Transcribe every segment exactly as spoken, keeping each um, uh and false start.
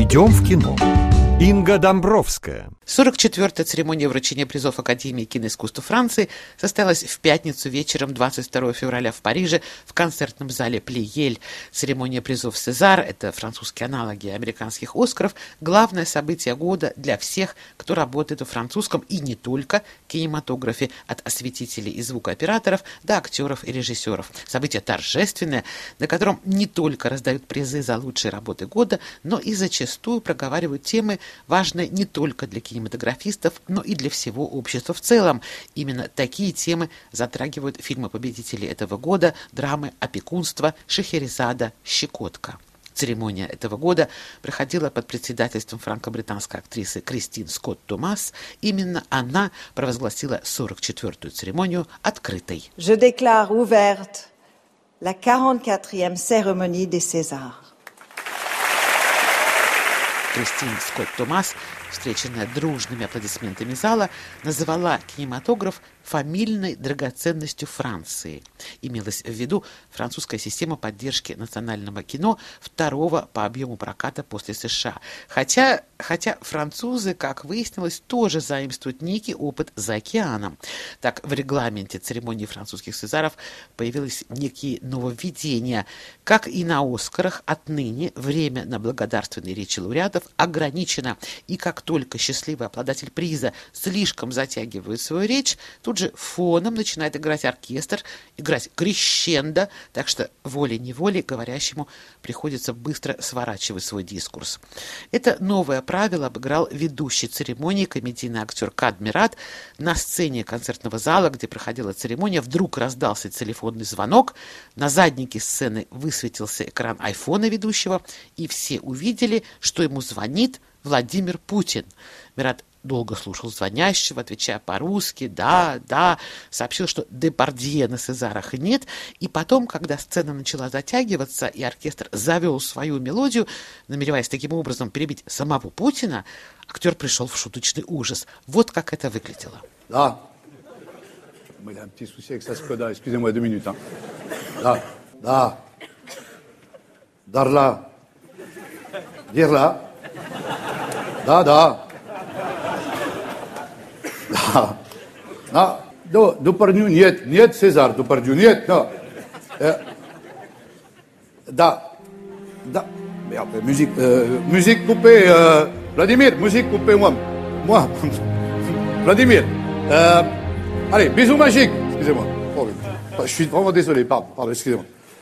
Идем в кино. Инга Домбровская. сорок четвёртая церемония вручения призов Академии киноискусств Франции состоялась в пятницу вечером двадцать второго февраля в Париже в концертном зале Плиель. Церемония призов «Сезар» — это французские аналоги американских «Оскаров», главное событие года для всех, кто работает во французском и не только кинематографе, от осветителей и звукооператоров до актеров и режиссеров. Событие торжественное, на котором не только раздают призы за лучшие работы года, но и зачастую проговаривают темы, важные не только для кинематографистов, но и для всего общества в целом. Именно такие темы затрагивают фильмы-победители этого года, драмы «Опекунство», «Шахерезада», «Щекотка». Церемония этого года проходила под председательством франко-британской актрисы Кристин Скотт-Томас. Именно она провозгласила сорок четвёртую церемонию открытой. Je déclare ouverte la quarante-quatrième cérémonie des Césars. Кристин Скотт-Томас, встреченная дружными аплодисментами зала, называла кинематограф фамильной драгоценностью Франции. Имелась в виду французская система поддержки национального кино, второго по объему проката после США. Хотя, хотя французы, как выяснилось, тоже заимствуют некий опыт за океаном. Так, в регламенте церемонии французских Сезаров появилось некие нововведения. Как и на «Оскарах», отныне время на благодарственные речи лауреатов ограничено. И как только счастливый обладатель приза слишком затягивает свою речь, тут же фоном начинает играть оркестр, играть крещендо, так что волей-неволей говорящему приходится быстро сворачивать свой дискурс. Это новое правило обыграл ведущий церемонии, комедийный актер Кад Мират. На сцене концертного зала, где проходила церемония, вдруг раздался телефонный звонок, на заднике сцены высветился экран айфона ведущего, и все увидели, что ему звонит Владимир Путин. Мират долго слушал звонящего, отвечая по-русски «да, да», сообщил, что Депардье на Сезарах нет, и потом, когда сцена начала затягиваться и оркестр завел свою мелодию, намереваясь таким образом перебить самого Путина, актер пришел в шуточный ужас. Вот как это выглядело. Да. Il y a un petit souci avec sa Skoda. Excusez-moi deux minutes. Да, да. Дарла. Дирла. Да, да. Да. Да. Депардью нет, нет, Сезар, Депардью нет, но. Да. Да. Merde, musique, euh, musique coupée, euh, Vladimir, musique coupée, moi. Moi. Vladimir. Euh, allez, bisous magiques. Excusez-moi. Oh, je suis vraiment désolé, pardon, pardon, excusez-moi.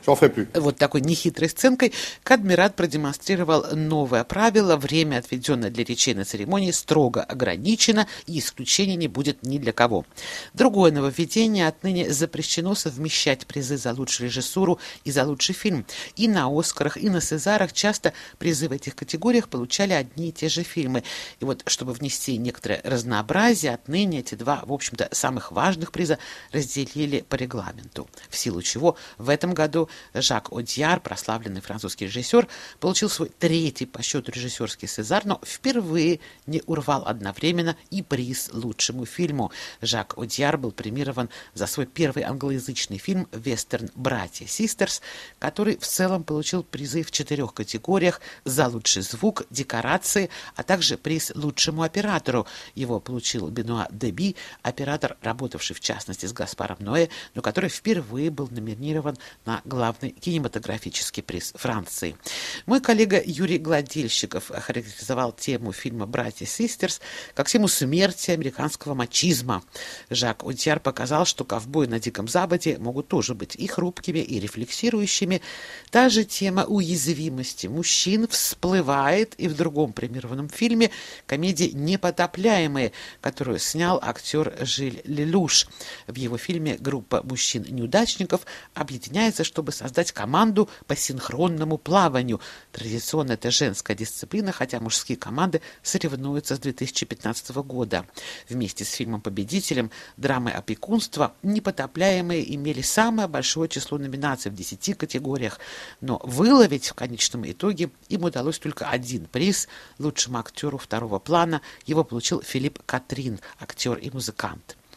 Вот такой нехитрой сценкой Кад Мират продемонстрировал новое правило: время, отведенное для речей на церемонии, строго ограничено, и исключения не будет ни для кого. Другое нововведение: отныне запрещено совмещать призы за лучшую режиссуру и за лучший фильм. И на «Оскарах», и на «Сезарах» часто призы в этих категориях получали одни и те же фильмы. И вот, чтобы внести некоторое разнообразие, отныне эти два, в общем-то, самых важных приза разделили по регламенту. В силу чего в этом году Жак Одиар, прославленный французский режиссер, получил свой третий по счету режиссерский «Сезар», но впервые не урвал одновременно и приз лучшему фильму. Жак Одиар был премирован за свой первый англоязычный фильм «Вестерн. Братья Систерс», который в целом получил призы в четырех категориях: за лучший звук, декорации, а также приз лучшему оператору. Его получил Бенуа Деби, оператор, работавший в частности с Гаспаром Ноэ, но который впервые был номинирован на главный кинематографический приз Франции. Мой коллега Юрий Гладильщиков охарактеризовал тему фильма «Братья Систерс» как тему смерти американского мачизма. Жак Одиар показал, что ковбои на Диком Западе могут тоже быть и хрупкими, и рефлексирующими. Та же тема уязвимости мужчин всплывает и в другом премированном фильме, комедии «Непотопляемые», которую снял актер Жиль Лелуш. В его фильме группа мужчин-неудачников объединяется, чтобы создать команду по синхронному плаванию. Традиционно это женская дисциплина, хотя мужские команды соревнуются с две тысячи пятнадцатого года. Вместе с фильмом-победителем драмы «Опекунство» «Непотопляемые» имели самое большое число номинаций в десяти категориях, но выловить в конечном итоге им удалось только один приз лучшему актеру второго плана. Его получил Филипп Катрин, актер и музыкант.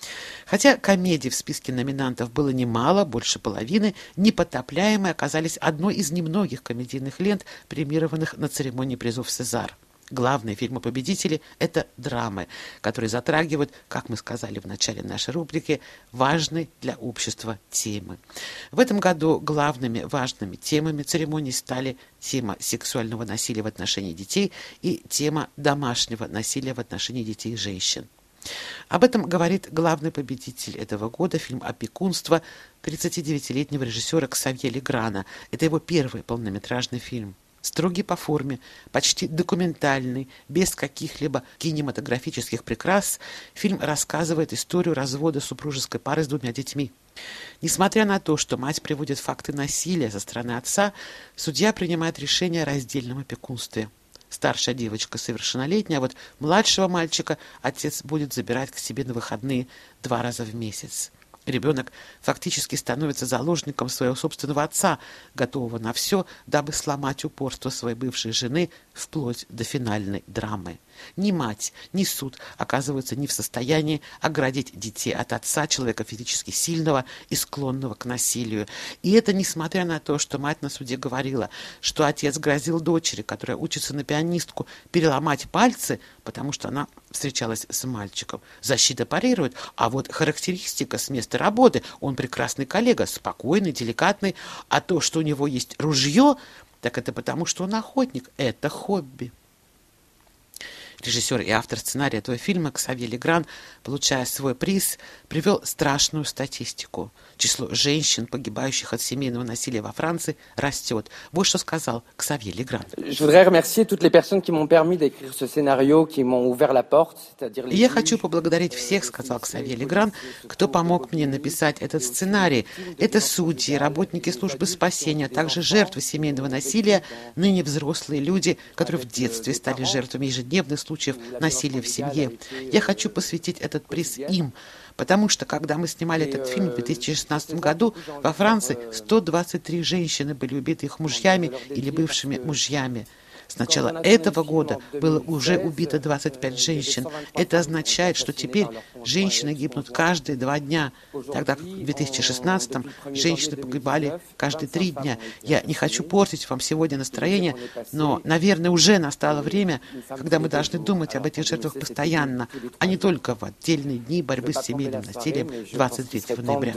Хотя комедий в списке номинантов было немало, больше половины, «Непотопляемые» оказались одной из немногих комедийных лент, премированных на церемонии призов «Сезар». Главные фильмы-победители – это драмы, которые затрагивают, как мы сказали в начале нашей рубрики, важные для общества темы. В этом году главными важными темами церемонии стали тема сексуального насилия в отношении детей и тема домашнего насилия в отношении детей и женщин. Об этом говорит главный победитель этого года, фильм «Опекунство» тридцатидевятилетнего режиссера Ксавье Леграна. Это его первый полнометражный фильм. Строгий по форме, почти документальный, без каких-либо кинематографических прикрас, фильм рассказывает историю развода супружеской пары с двумя детьми. Несмотря на то, что мать приводит факты насилия со стороны отца, судья принимает решение о раздельном опекунстве. Старшая девочка совершеннолетняя, а вот младшего мальчика отец будет забирать к себе на выходные два раза в месяц. Ребенок фактически становится заложником своего собственного отца, готового на все, дабы сломать упорство своей бывшей жены вплоть до финальной драмы. Ни мать, ни суд оказываются не в состоянии оградить детей от отца, человека физически сильного и склонного к насилию. И это несмотря на то, что мать на суде говорила, что отец грозил дочери, которая учится на пианистку, переломать пальцы, потому что она встречалась с мальчиком. Защита парирует, а вот характеристика с места работы, он прекрасный коллега, спокойный, деликатный, а то, что у него есть ружье, так это потому, что он охотник, это хобби. Режиссер и автор сценария этого фильма Ксавье Легран, получая свой приз, привел страшную статистику. Число женщин, погибающих от семейного насилия во Франции, растет. Вот что сказал Ксавье Легран. Я хочу поблагодарить всех, сказал Ксавье Легран, кто помог мне написать этот сценарий. Это судьи, работники службы спасения, а также жертвы семейного насилия, ныне взрослые люди, которые в детстве стали жертвами ежедневных случаев насилия в семье. Я хочу посвятить этот приз им, потому что, когда мы снимали этот фильм в две тысячи шестнадцатом году, во Франции сто двадцать три женщины были убиты их мужьями или бывшими мужьями. С начала этого года было уже убито двадцать пять женщин. Это означает, что теперь женщины гибнут каждые два дня, тогда как в две тысячи шестнадцатом женщины погибали каждые три дня. Я не хочу портить вам сегодня настроение, но, наверное, уже настало время, когда мы должны думать об этих жертвах постоянно, а не только в отдельные дни борьбы с семейным насилием двадцать третьего ноября.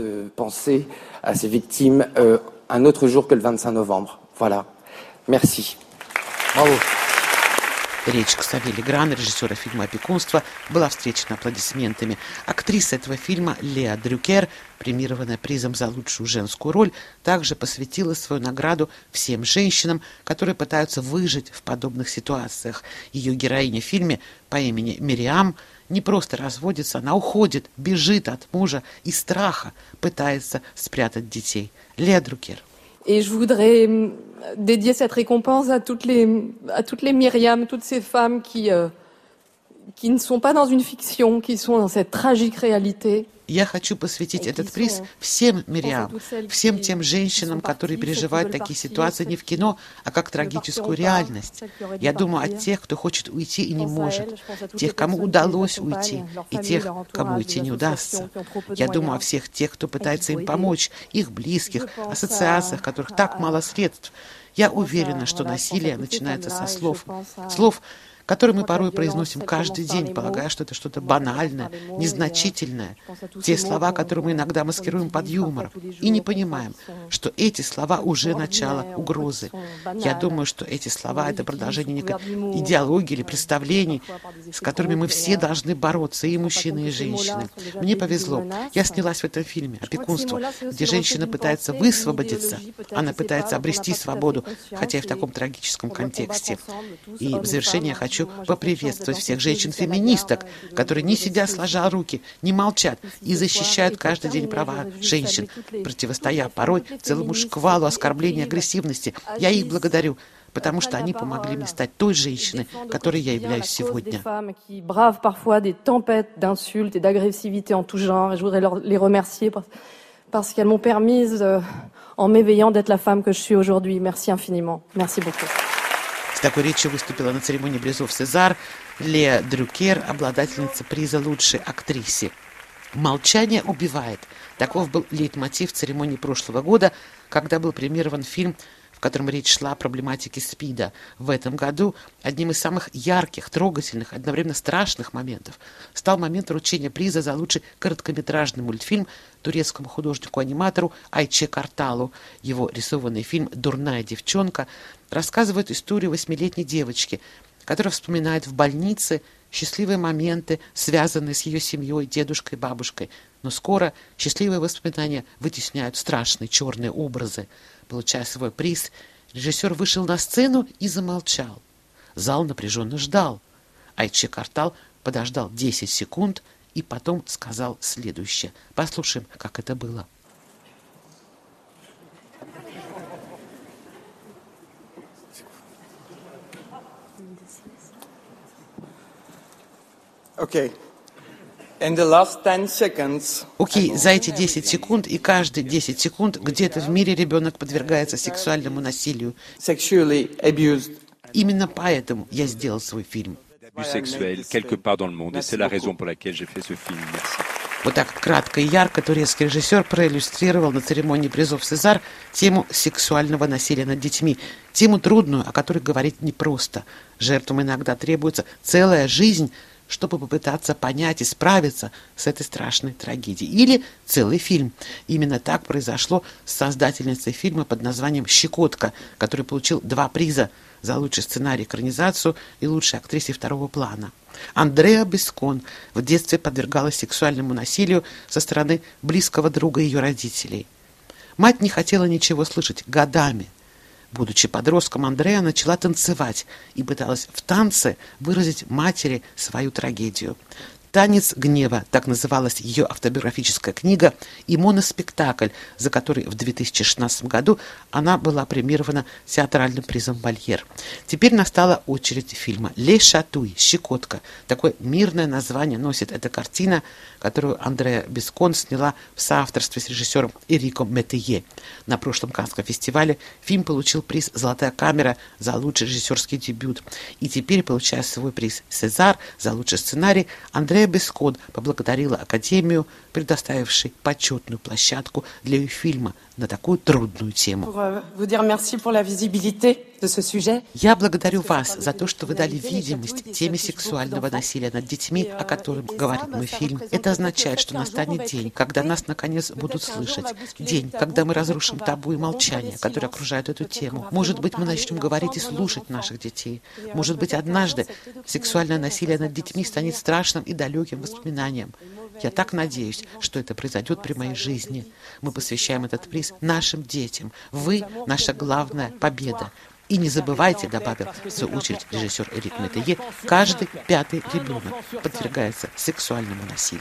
Речь Ксавье Леграна, режиссера фильма «Опекунство», была встречена аплодисментами. Актриса этого фильма Леа Дрюкер, премированная призом за лучшую женскую роль, также посвятила свою награду всем женщинам, которые пытаются выжить в подобных ситуациях. Ее героиня в фильме по имени Мириам не просто разводится, она уходит, бежит от мужа и страха пытается спрятать детей. Леа Дрюкер. Et je voudrais dédier cette récompense à toutes les, à toutes les Myriam, toutes ces femmes qui, euh, qui ne sont pas dans une fiction, qui sont dans cette tragique réalité. Я хочу посвятить этот приз всем Мириам, всем тем женщинам, которые переживают такие ситуации не в кино, а как трагическую реальность. Я думаю о тех, кто хочет уйти и не может, тех, кому удалось уйти, и тех, кому уйти не удастся. Я думаю о всех тех, кто пытается им помочь, их близких, ассоциациях, которых так мало средств. Я уверена, что насилие начинается со слов. Слов, которые мы порой произносим каждый день, полагая, что это что-то банальное, незначительное. Те слова, которые мы иногда маскируем под юмором, и не понимаем, что эти слова уже начало угрозы. Я думаю, что эти слова — это продолжение некой идеологии или представлений, с которыми мы все должны бороться, и мужчины, и женщины. Мне повезло. Я снялась в этом фильме «Опекунство», где женщина пытается высвободиться, она пытается обрести свободу, хотя и в таком трагическом контексте. И в завершение я хочу поприветствовать всех женщин-феминисток, которые, не сидя сложа руки, не молчат и защищают каждый день права женщин, противостоя порой целому шквалу оскорблений и агрессивности. Я их благодарю, потому что они помогли мне стать той женщиной, которой я являюсь сегодня. Parce qu'elles m'ont permise, euh, en m'éveillant, d'être la femme que je suis aujourd'hui. Merci infiniment. Merci beaucoup. С такой речью выступила на церемонии призов «Сезар» Леа Дрюкер, обладательница приза лучшей актрисе. «Молчание убивает». Таков был лейтмотив церемонии прошлого года, когда был премьерован фильм, в котором речь шла о проблематике СПИДа. В этом году одним из самых ярких, трогательных, одновременно страшных моментов стал момент вручения приза за лучший короткометражный мультфильм турецкому художнику-аниматору Айче Карталу. Его рисованный фильм «Дурная девчонка» рассказывает историю восьмилетней девочки, которая вспоминает в больнице счастливые моменты, связанные с ее семьей, дедушкой, бабушкой. Но скоро счастливые воспоминания вытесняют страшные черные образы. Получая свой приз, режиссер вышел на сцену и замолчал. Зал напряженно ждал. Айче Картал подождал десять секунд и потом сказал следующее. Послушаем, как это было. Окей. In the last ten seconds, Окей, okay, за эти десять секунд и каждые десять секунд где-то в мире ребенок подвергается сексуальному насилию. Sexually abused. Именно поэтому я сделал свой фильм. quelque part dans le monde, et c'est la raison pour laquelle j'ai fait ce film. Merci. Вот так кратко и ярко турецкий режиссер проиллюстрировал на церемонии призов «Сезар» тему сексуального насилия над детьми. Тему трудную, о которой говорить непросто. Жертвам иногда требуется целая жизнь, чтобы попытаться понять и справиться с этой страшной трагедией. Или целый фильм. Именно так произошло с создательницей фильма под названием «Щекотка», который получил два приза за лучший сценарий, экранизацию и лучшей актрисе второго плана. Андреа Бескон в детстве подвергалась сексуальному насилию со стороны близкого друга ее родителей. Мать не хотела ничего слышать годами. Будучи подростком, Андреа начала танцевать и пыталась в танце выразить матери свою трагедию. «Танец гнева» — так называлась ее автобиографическая книга, и моноспектакль, за который в две тысячи шестнадцатом году она была премирована театральным призом «Мольер». Теперь настала очередь фильма «Ле Шатуй» — «Щекотка». Такое мирное название носит эта картина, которую Андреа Бескон сняла в соавторстве с режиссером Эриком Метее. На прошлом Каннском фестивале фильм получил приз «Золотая камера» за лучший режиссерский дебют. И теперь, получая свой приз «Сезар» за лучший сценарий, Андреа Бескон поблагодарила Академию, предоставившей почетную площадку для ее фильма на такую трудную тему. Я благодарю вас за то, что вы дали видимость теме сексуального насилия над детьми, о котором говорит мой фильм. Это означает, что настанет день, когда нас наконец будут слышать. День, когда мы разрушим табу и молчание, которые окружают эту тему. Может быть, мы начнем говорить и слушать наших детей. Может быть, однажды сексуальное насилие над детьми станет страшным и далеким воспоминанием. Я так надеюсь, что это произойдет при моей жизни. Мы посвящаем этот приз нашим детям. Вы — наша главная победа. И не забывайте, добавил в свою очередь режиссер Эрик Метее, каждый пятый ребенок подвергается сексуальному насилию.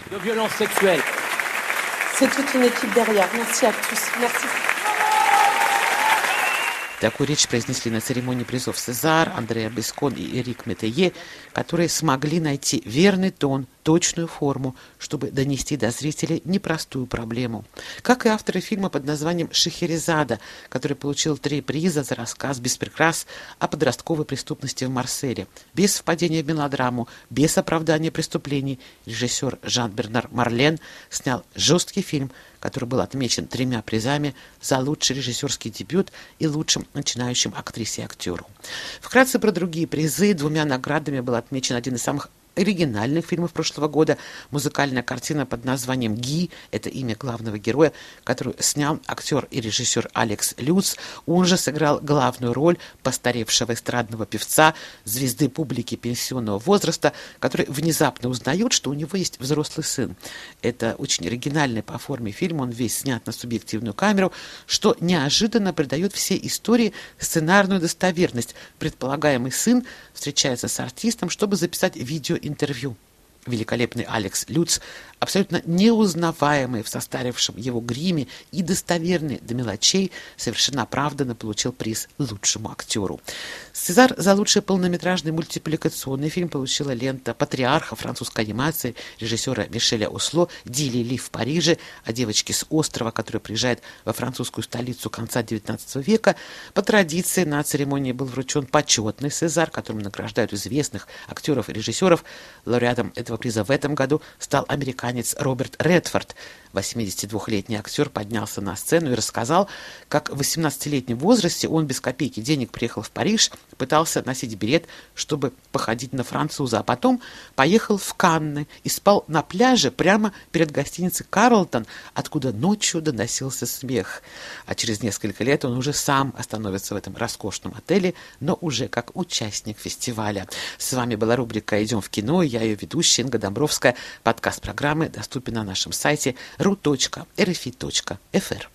Такую речь произнесли на церемонии призов «Сезар» Андреа Бескон и Эрик Метее, которые смогли найти верный тон, точную форму, чтобы донести до зрителей непростую проблему. Как и авторы фильма под названием «Шахерезада», который получил три приза за рассказ без прикрас о подростковой преступности в Марселе. Без впадения в мелодраму, без оправдания преступлений, режиссер Жан-Бернар Марлен снял жесткий фильм, который был отмечен тремя призами за лучший режиссерский дебют и лучшим начинающим актрисе и актеру. Вкратце про другие призы. Двумя наградами был отмечен один из самых оригинальных фильмов прошлого года. Музыкальная картина под названием «Ги» — это имя главного героя, которую снял актер и режиссер Алекс Люц. Он же сыграл главную роль постаревшего эстрадного певца, звезды публики пенсионного возраста, который внезапно узнает, что у него есть взрослый сын. Это очень оригинальный по форме фильм, он весь снят на субъективную камеру, что неожиданно придает всей истории сценарную достоверность. Предполагаемый сын встречается с артистом, чтобы записать видеоинтервью. Великолепный Алекс Люц, абсолютно неузнаваемый в состарившем его гриме и достоверный до мелочей, совершенно оправданно получил приз лучшему актеру. «Сезар» за лучший полнометражный мультипликационный фильм получила лента «Патриарха» французской анимации режиссера Мишеля Осло «Дили Ли в Париже», о девочке с острова, которая приезжает во французскую столицу конца девятнадцатого века. По традиции на церемонии был вручен почетный «Сезар», которым награждают известных актеров и режиссеров. Лауреатом этого этого приза в этом году стал американец Роберт Редфорд. восьмидесятидвухлетний актер поднялся на сцену и рассказал, как в восемнадцатилетнем возрасте он без копейки денег приехал в Париж, пытался носить берет, чтобы походить на француза, а потом поехал в Канны и спал на пляже прямо перед гостиницей «Карлтон», откуда ночью доносился смех. А через несколько лет он уже сам остановится в этом роскошном отеле, но уже как участник фестиваля. С вами была рубрика «Идем в кино», я ее ведущая Инга Домбровская. Подкаст программы доступен на нашем сайте ru точка эр эф и точка эф эр.